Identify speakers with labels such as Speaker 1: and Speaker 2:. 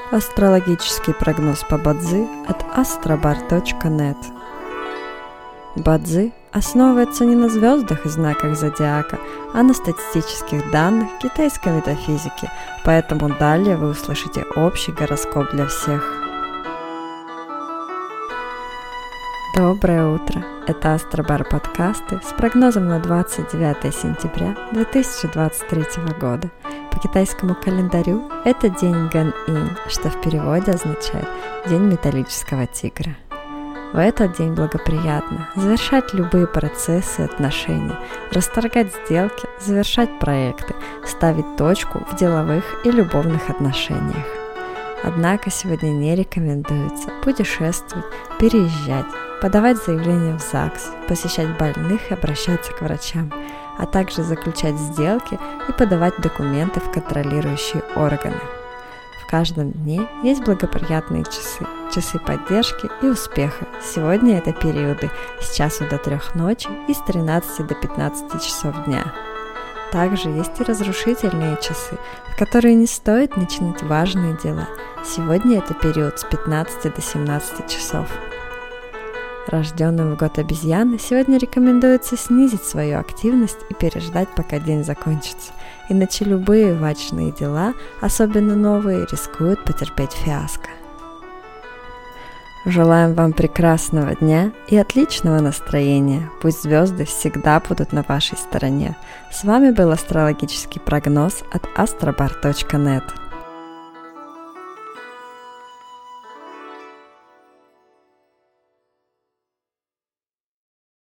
Speaker 1: Астрологический прогноз по Бадзи от astrobar.net. Бадзи основывается не на звездах и знаках зодиака, а на статистических данных китайской метафизики, поэтому далее вы услышите общий гороскоп для всех. Доброе утро! Это Астробар подкасты с прогнозом на 29 сентября 2023 года. По китайскому календарю это день Ган-инь, что в переводе означает «день металлического тигра». В этот день благоприятно завершать любые процессы и отношения, расторгать сделки, завершать проекты, ставить точку в деловых и любовных отношениях. Однако сегодня не рекомендуется путешествовать, переезжать, подавать заявления в ЗАГС, посещать больных и обращаться к врачам, а также заключать сделки и подавать документы в контролирующие органы. В каждом дне есть благоприятные часы, часы поддержки и успеха. Сегодня это периоды с часу до 3 ночи и с 13 до 15 часов дня. Также есть и разрушительные часы, в которые не стоит начинать важные дела. Сегодня это период с 15 до 17 часов. Рожденным в год обезьяны сегодня рекомендуется снизить свою активность и переждать, пока день закончится. Иначе любые важные дела, особенно новые, рискуют потерпеть фиаско. Желаем вам прекрасного дня и отличного настроения. Пусть звезды всегда будут на вашей стороне. С вами был астрологический прогноз от astrobar.net.